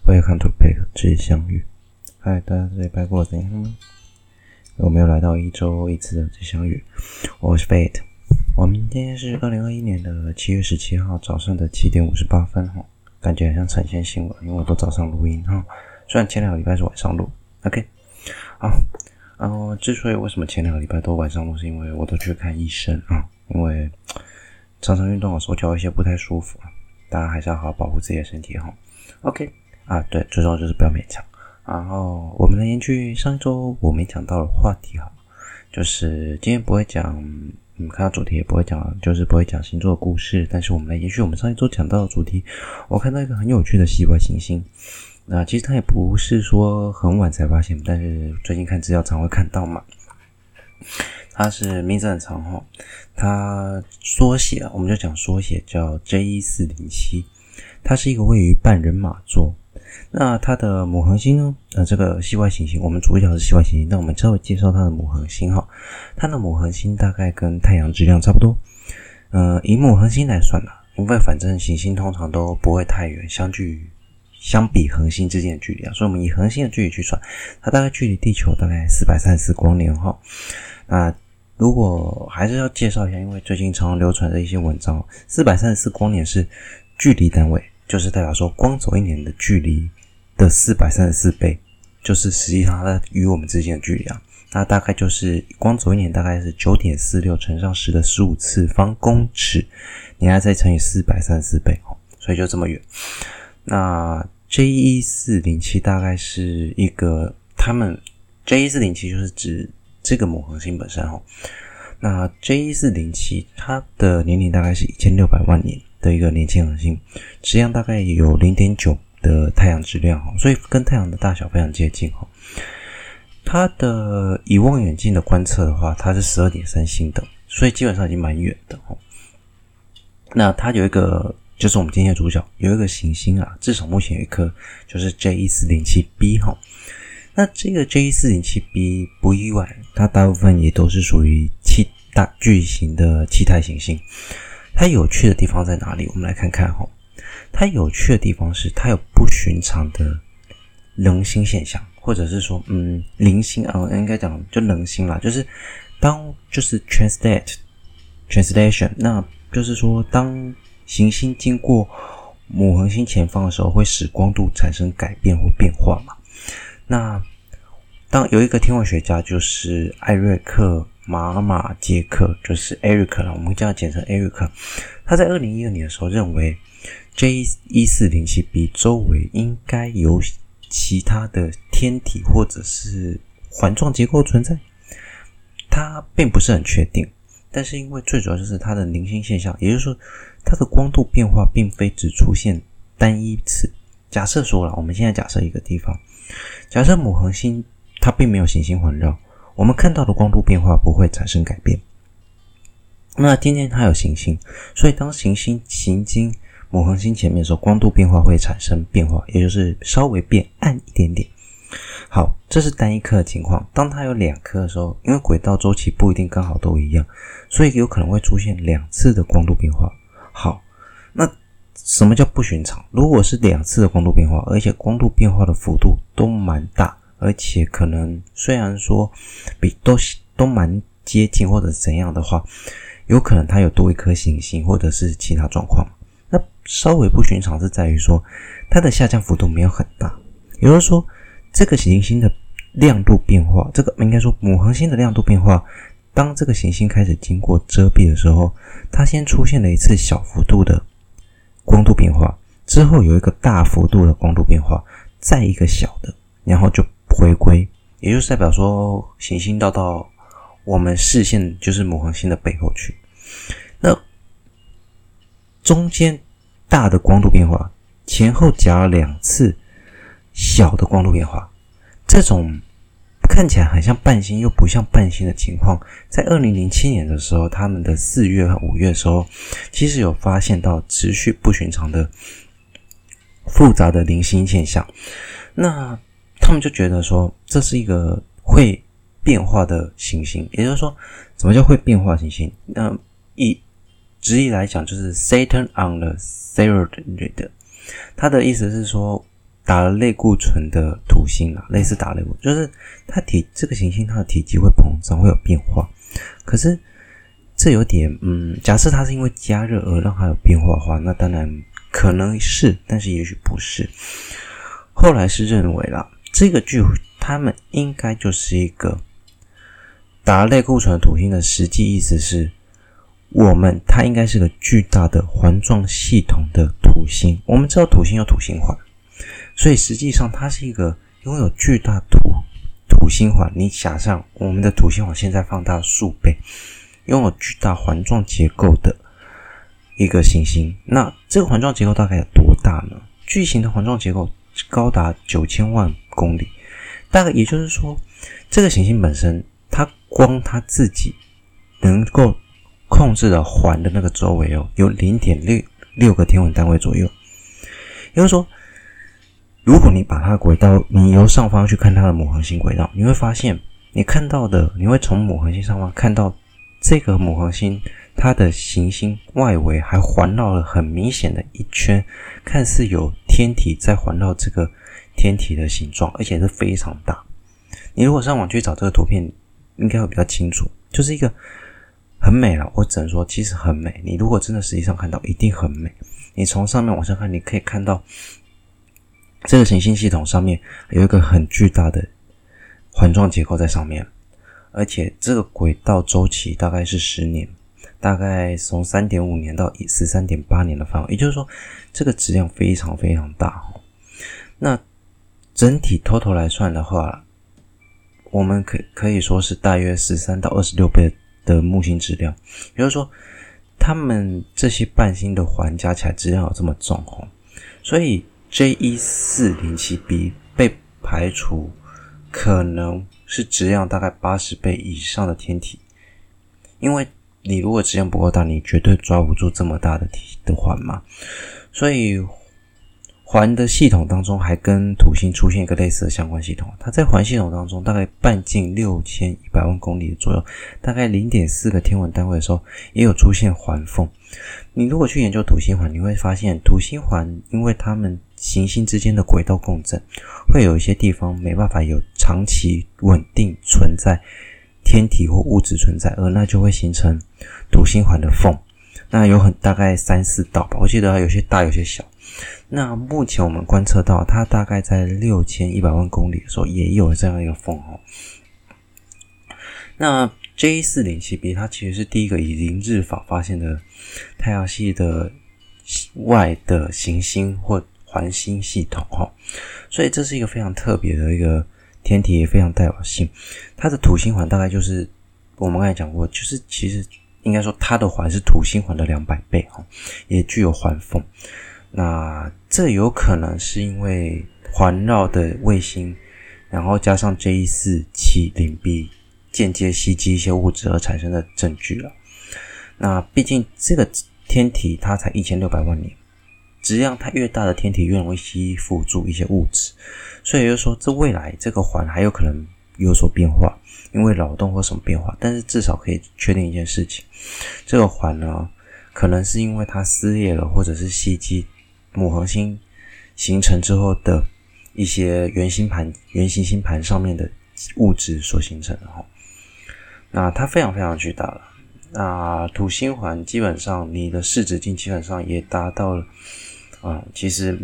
Welcome to 配合之相遇。嗨，大家这礼拜过得怎样呢？我们又来到一周一次的之相遇。我是 Fate。我们今天是2021年的7月17号早上的7点58分哈，感觉很像呈现新闻，因为我都早上录音哈。虽然前2个礼拜是晚上录 ，OK。好，之所以为什么前2个礼拜都晚上录，是因为我都去看医生啊，因为常常运动的手脚有一些不太舒服，大家还是要好好保护自己的身体哈。OK。对，最重要就是不要勉强。然后我们来延续上一周我没讲到的话题哈，就是今天不会讲，看到主题也不会讲，就是不会讲星座的故事，但是我们来延续我们上一周讲到的主题。我看到一个很有趣的系外行星，那其实它也不是说很晚才发现，但是最近看资料常会看到嘛。它是名字很长哈，它缩写我们就讲缩写叫 J1407， 它是一个位于半人马座。那它的母恒星呢？这个系外行星，我们主角是系外行星，那我们稍微介绍它的母恒星哈。它的母恒星大概跟太阳质量差不多。以母恒星来算啦，因为反正行星通常都不会太远，相比恒星之间的距离所以我们以恒星的距离去算，它大概距离地球大概434光年哈。那如果还是要介绍一下，因为最近常流传的一些文章，434光年是距离单位，就是代表说光走一年的距离的434倍，就是实际上它与我们之间的距离那大概就是光走一年大概是 9.46 乘上10的15次方公尺，你还再乘以434倍所以就这么远。那 J1407 大概是一个J1407 就是指这个母恒星本身那 J1407 它的年龄大概是1600万年的一个年轻恒星，质量大概有 0.9 的太阳质量所以跟太阳的大小非常接近它的以望远镜的观测的话，它是 12.3 星等，所以基本上已经蛮远的那它有一个就是我们今天的主角，有一个行星至少目前有一颗就是 J1407b 那这个 J1407b 不意外，它大部分也都是属于巨型的气态行星。它有趣的地方在哪里？我们来看看它有趣的地方是它有不寻常的冷星现象，或者是说零星应该讲就冷星啦，就是就是 translation， 那就是说当行星经过母恒星前方的时候，会使光度产生改变或变化嘛。那当有一个天文学家就是艾瑞克马马杰克，就是 Eric 啦，我们叫他简称 Eric， 他在2012年的时候认为 J1407b 周围应该有其他的天体或者是环状结构存在，他并不是很确定，但是因为最主要就是它的零星现象，也就是说它的光度变化并非只出现单一次。假设说了，我们现在假设一个地方，假设母恒星它并没有行星环绕，我们看到的光度变化不会产生改变。那今天它有行星，所以当行星行经母恒星前面的时候，光度变化会产生变化，也就是稍微变暗一点点。好，这是单一颗的情况。当它有2颗的时候，因为轨道周期不一定刚好都一样，所以有可能会出现2次的光度变化。好，那什么叫不寻常？如果是2次的光度变化，而且光度变化的幅度都蛮大，而且可能虽然说都蛮接近或者怎样的话，有可能它有多一颗行星或者是其他状况。那稍微不寻常是在于说它的下降幅度没有很大，也就是说这个行星的亮度变化，这个应该说母恒星的亮度变化，当这个行星开始经过遮蔽的时候，它先出现了一次小幅度的光度变化，之后有一个大幅度的光度变化，再一个小的，然后就回归，也就是代表说行星到我们视线就是母恒星的背后去。那中间大的光度变化，前后夹了2次小的光度变化，这种看起来很像半星又不像半星的情况，在2007年的时候，他们的4月和5月的时候，其实有发现到持续不寻常的复杂的零星现象。那他们就觉得说这是一个会变化的行星，也就是说什么叫会变化行星？那直译来讲就是 Saturn on the Third， 它的意思是说打了类固醇的土星啦，类似打类固醇，就是这个行星它的体积会膨胀，会有变化。可是这有点假设它是因为加热而让它有变化的话，那当然可能是，但是也许不是。后来是认为啦，这个他们应该就是一个打类固醇的土星的实际意思是，它应该是个巨大的环状系统的土星。我们知道土星有土星环，所以实际上它是一个拥有巨大土星环。你想象我们的土星环现在放大数倍，拥有巨大环状结构的一个行星。那这个环状结构大概有多大呢？巨型的环状结构高达9000万公里，大概也就是说，这个行星本身它自己能够控制的环的那个周围有 0.6 个天文单位左右。也就是说，如果你把它的轨道，你由上方去看它的母恒星轨道，你会发现你会从母恒星上方看到这个母恒星它的行星外围还环绕了很明显的一圈，看似有天体在环绕这个天体的形状，而且是非常大。你如果上网去找这个图片，应该会比较清楚，就是一个很美啦，我只能说其实很美。你如果真的实际上看到，一定很美。你从上面往下看，你可以看到这个行星系统上面有一个很巨大的环状结构在上面，而且这个轨道周期大概是10年，大概从 3.5 年到 13.8 年的范围，也就是说这个质量非常非常大。那整体 total 来算的话，我们可以说是大约13到26倍的木星质量，也就是说它们这些伴星的环加起来质量有这么重所以 J1407b 被排除可能是质量大概80倍以上的天体，因为你如果质量不够大，你绝对抓不住这么大的环嘛。所以环的系统当中还跟土星出现一个类似的相关系统，它在环系统当中大概半径6100万公里左右，大概 0.4 个天文单位的时候也有出现环缝。你如果去研究土星环，你会发现土星环因为它们行星之间的轨道共振，会有一些地方没办法有长期稳定存在天体或物质存在，而那就会形成土星环的缝。那有大概3-4道吧，我记得有些大有些小。那目前我们观测到它大概在6100万公里的时候也有这样一个缝那 J1407b 它其实是第一个以凌日法发现的太阳系的外的行星或环星系统所以这是一个非常特别的一个天体，也非常代表性。它的土星环大概就是我们刚才讲过，就是其实应该说它的环是土星环的200倍也具有环缝。那这有可能是因为环绕的卫星，然后加上 J1470b 间接吸积一些物质而产生的证据了。那毕竟这个天体它才1600万年，质量它越大的天体越容易吸附住一些物质，所以就说这未来这个环还有可能有所变化，因为扰动或什么变化。但是至少可以确定一件事情，这个环呢可能是因为它撕裂了，或者是吸积母恒星形成之后的一些圆形星盘上面的物质所形成的那它非常非常巨大了。那土星环基本上你的视直径基本上也达到了其实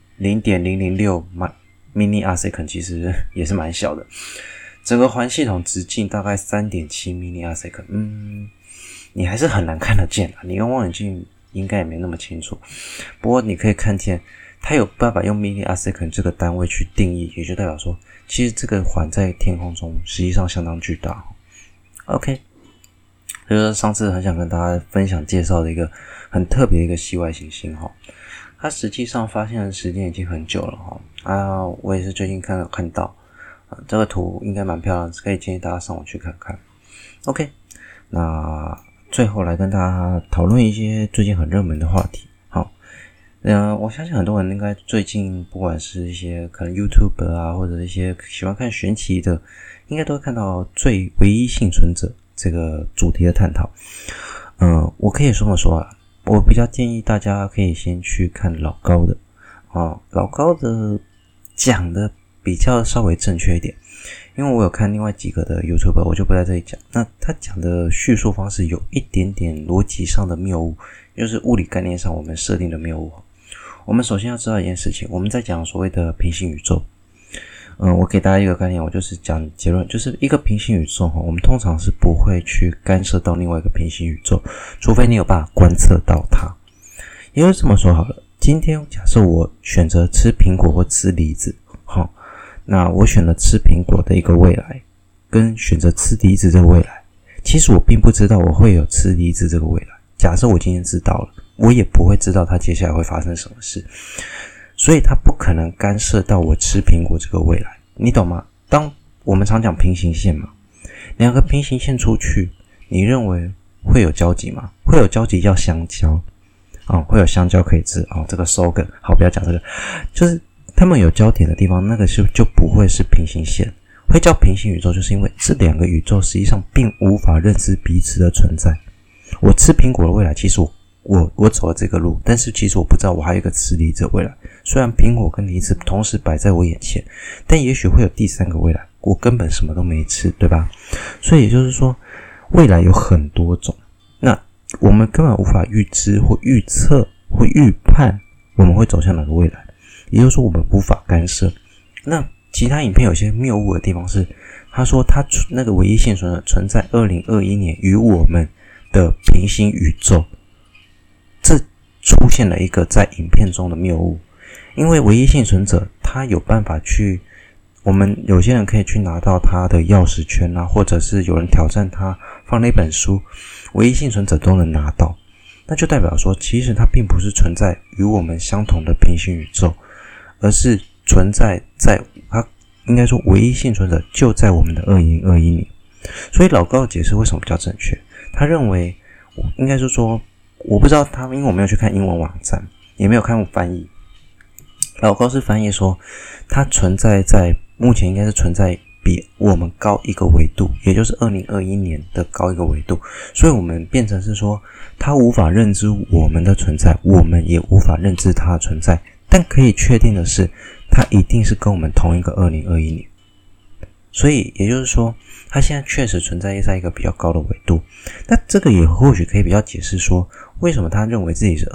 0.006 mini arcsecond 其实也是蛮小的。整个环系统直径大概 3.7 mini arcsecond，你还是很难看得见你用望远镜应该也没那么清楚，不过你可以看见它有办法用 mini arcsecond 这个单位去定义，也就代表说其实这个环在天空中实际上相当巨大。 OK， 就是上次很想跟大家分享介绍的一个很特别的一个系外行星它实际上发现的时间已经很久了我也是最近看到这个图应该蛮漂亮的，可以建议大家上网去看看。 OK， 那最后来跟大家讨论一些最近很热门的话题。我相信很多人应该最近不管是一些可能 YouTube 或者一些喜欢看玄奇的，应该都会看到唯一幸存者这个主题的探讨。我可以这么说我比较建议大家可以先去看老高的老高的讲的比较稍微正确一点，因为我有看另外几个的 YouTuber， 我就不在这里讲。那他讲的叙述方式有一点点逻辑上的谬误，就是物理概念上我们设定的谬误。我们首先要知道一件事情，我们在讲所谓的平行宇宙。我给大家一个概念，我就是讲结论，就是一个平行宇宙，我们通常是不会去干涉到另外一个平行宇宙，除非你有办法观测到它。也就是这么说好了，今天假设我选择吃苹果或吃梨子，那我选了吃苹果的一个未来，跟选择吃梨子这个未来，其实我并不知道我会有吃梨子这个未来。假设我今天知道了，我也不会知道它接下来会发生什么事。所以它不可能干涉到我吃苹果这个未来，你懂吗？当我们常讲平行线嘛，两个平行线出去，你认为会有交集吗？会有交集叫相交，会有相交可以吃这个 slogan， 好，不要讲这个，就是他们有交点的地方，那个就不会是平行线。会叫平行宇宙，就是因为这两个宇宙实际上并无法认知彼此的存在。我吃苹果的未来，其实我走了这个路，但是其实我不知道我还有一个吃梨子的未来。虽然苹果跟梨子同时摆在我眼前，但也许会有第三个未来，我根本什么都没吃，对吧？所以也就是说，未来有很多种，那我们根本无法预知或预测或预判我们会走向哪个未来，也就是说我们无法干涉。那其他影片有些谬误的地方是，他说他那个唯一幸存者存在2021年与我们的平行宇宙，这出现了一个在影片中的谬误。因为唯一幸存者他有办法去，我们有些人可以去拿到他的钥匙圈啊，或者是有人挑战他放了一本书，唯一幸存者都能拿到，那就代表说其实他并不是存在与我们相同的平行宇宙，而是存在他应该说唯一幸存者就在我们的2021年。所以老高的解释为什么比较正确，他认为应该是说，我不知道他，因为我没有去看英文网站，也没有看过翻译。老高是翻译说，它存在在目前应该是存在比我们高一个维度，也就是2021年的高一个维度，所以我们变成是说，它无法认知我们的存在，我们也无法认知它的存在，但可以确定的是，它一定是跟我们同一个2021年。所以也就是说，它现在确实存在在一个比较高的维度。那这个也或许可以比较解释说，为什么他认为自己是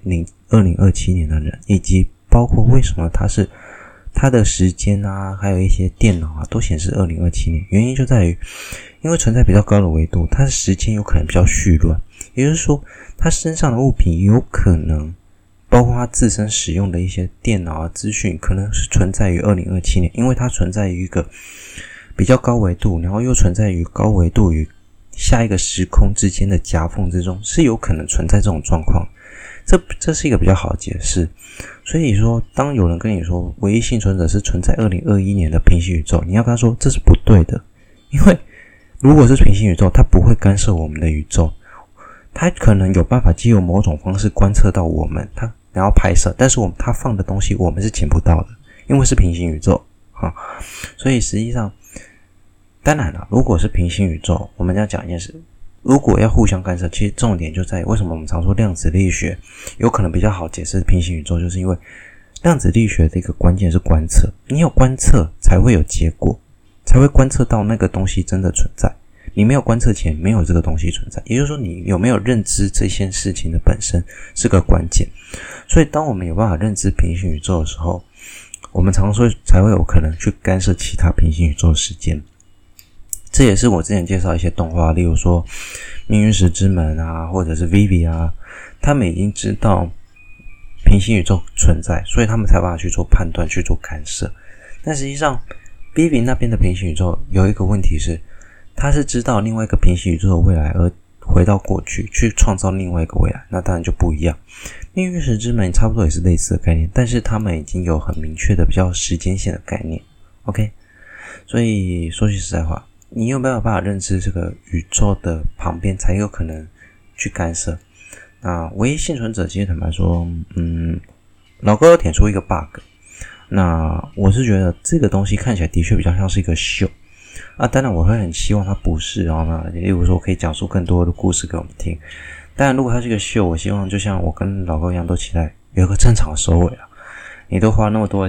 2027年的人，以及包括为什么他的时间啊，还有一些电脑啊都显示2027年。原因就在于，因为存在比较高的维度，他的时间有可能比较序乱，也就是说，他身上的物品有可能包括他自身使用的一些电脑啊资讯，可能是存在于2027年，因为它存在于一个比较高维度，然后又存在于高维度与下一个时空之间的夹缝之中，是有可能存在这种状况。这是一个比较好的解释。所以说，当有人跟你说唯一幸存者是存在2021年的平行宇宙，你要跟他说这是不对的，因为如果是平行宇宙，它不会干涉我们的宇宙，它可能有办法藉由某种方式观测到我们，它然后拍摄，但是它放的东西我们是捡不到的，因为是平行宇宙所以实际上，当然了，如果是平行宇宙，我们要讲一件事，如果要互相干涉，其实重点就在于为什么我们常说量子力学有可能比较好解释平行宇宙，就是因为量子力学的一个关键是观测，你有观测才会有结果，才会观测到那个东西真的存在。你没有观测前没有这个东西存在，也就是说你有没有认知这件事情的本身是个关键。所以当我们有办法认知平行宇宙的时候，我们常说才会有可能去干涉其他平行宇宙的时间。这也是我之前介绍一些动画，例如说命运石之门啊，或者是 Vivi 啊，他们已经知道平行宇宙存在，所以他们才有办法去做判断，去做干涉。但实际上 Vivi 那边的平行宇宙有一个问题是，他是知道另外一个平行宇宙的未来而回到过去去创造另外一个未来，那当然就不一样。命运石之门差不多也是类似的概念，但是他们已经有很明确的比较时间线的概念 OK。 所以说句实在话，你有没有办法认知这个宇宙的旁边才有可能去干涉。那唯一幸存者其实坦白说老高有点出一个 bug， 那我是觉得这个东西看起来的确比较像是一个秀当然我会很希望它不是，然后呢，例如说可以讲述更多的故事给我们听。当然如果它是一个秀，我希望就像我跟老高一样都期待有一个正常的收尾你都花那么多的钱，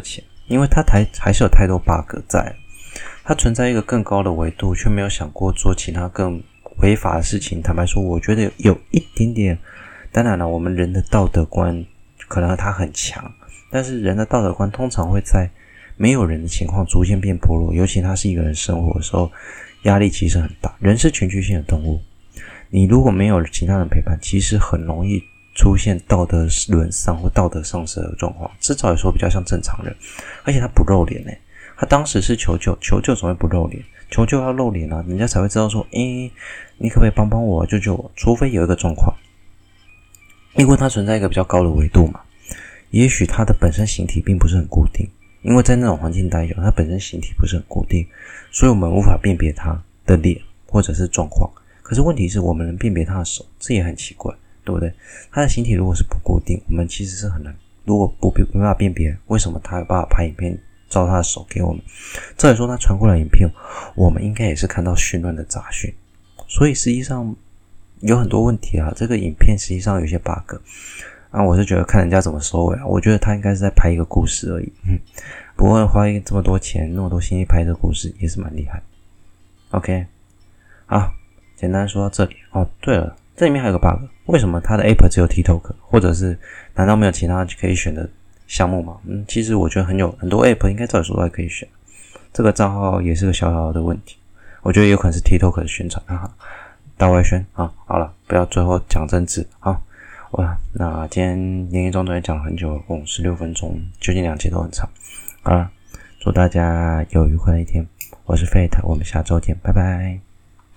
因为它还是有太多 bug 在，它存在一个更高的维度，却没有想过做其他更违法的事情。坦白说，我觉得有一点点，当然了，我们人的道德观可能它很强，但是人的道德观通常会在没有人的情况逐渐变薄弱，尤其他是一个人生活的时候，压力其实很大。人是群居性的动物，你如果没有其他人陪伴，其实很容易出现道德沦丧或道德丧失的状况。至少来说比较像正常人，而且他不露脸欸，他当时是求救怎么会不露脸？求救要露脸啊，人家才会知道说，你可不可以帮帮我，救救我？除非有一个状况，因为它存在一个比较高的维度嘛，也许它的本身形体并不是很固定，因为在那种环境待久，它本身形体不是很固定，所以我们无法辨别它的脸或者是状况。可是问题是我们能辨别它的手，这也很奇怪，对不对？它的形体如果是不固定，我们其实是很难，如果没办法辨别，为什么它有办法拍影片照他的手给我们？照理说他传过来影片，我们应该也是看到混乱的杂讯，所以实际上有很多问题啊。这个影片实际上有些 bug 啊，我是觉得看人家怎么收尾啊，我觉得他应该是在拍一个故事而已。不过花这么多钱那么多心力拍这个故事也是蛮厉害。OK， 好，简单说到这里。哦，对了，这里面还有个 bug， 为什么他的 App 只有 TikTok， 或者是难道没有其他可以选的项目吗？其实我觉得很多 App 应该照理说都还可以选，这个账号也是个小小的问题，我觉得有可能是 TikTok 的宣传大外宣啊。好了，不要最后讲政治啊。那今天连一中也讲了很久，16分钟，究竟2节都很长。好了，祝大家有愉快的一天，我是 Fate， 我们下周见，拜拜。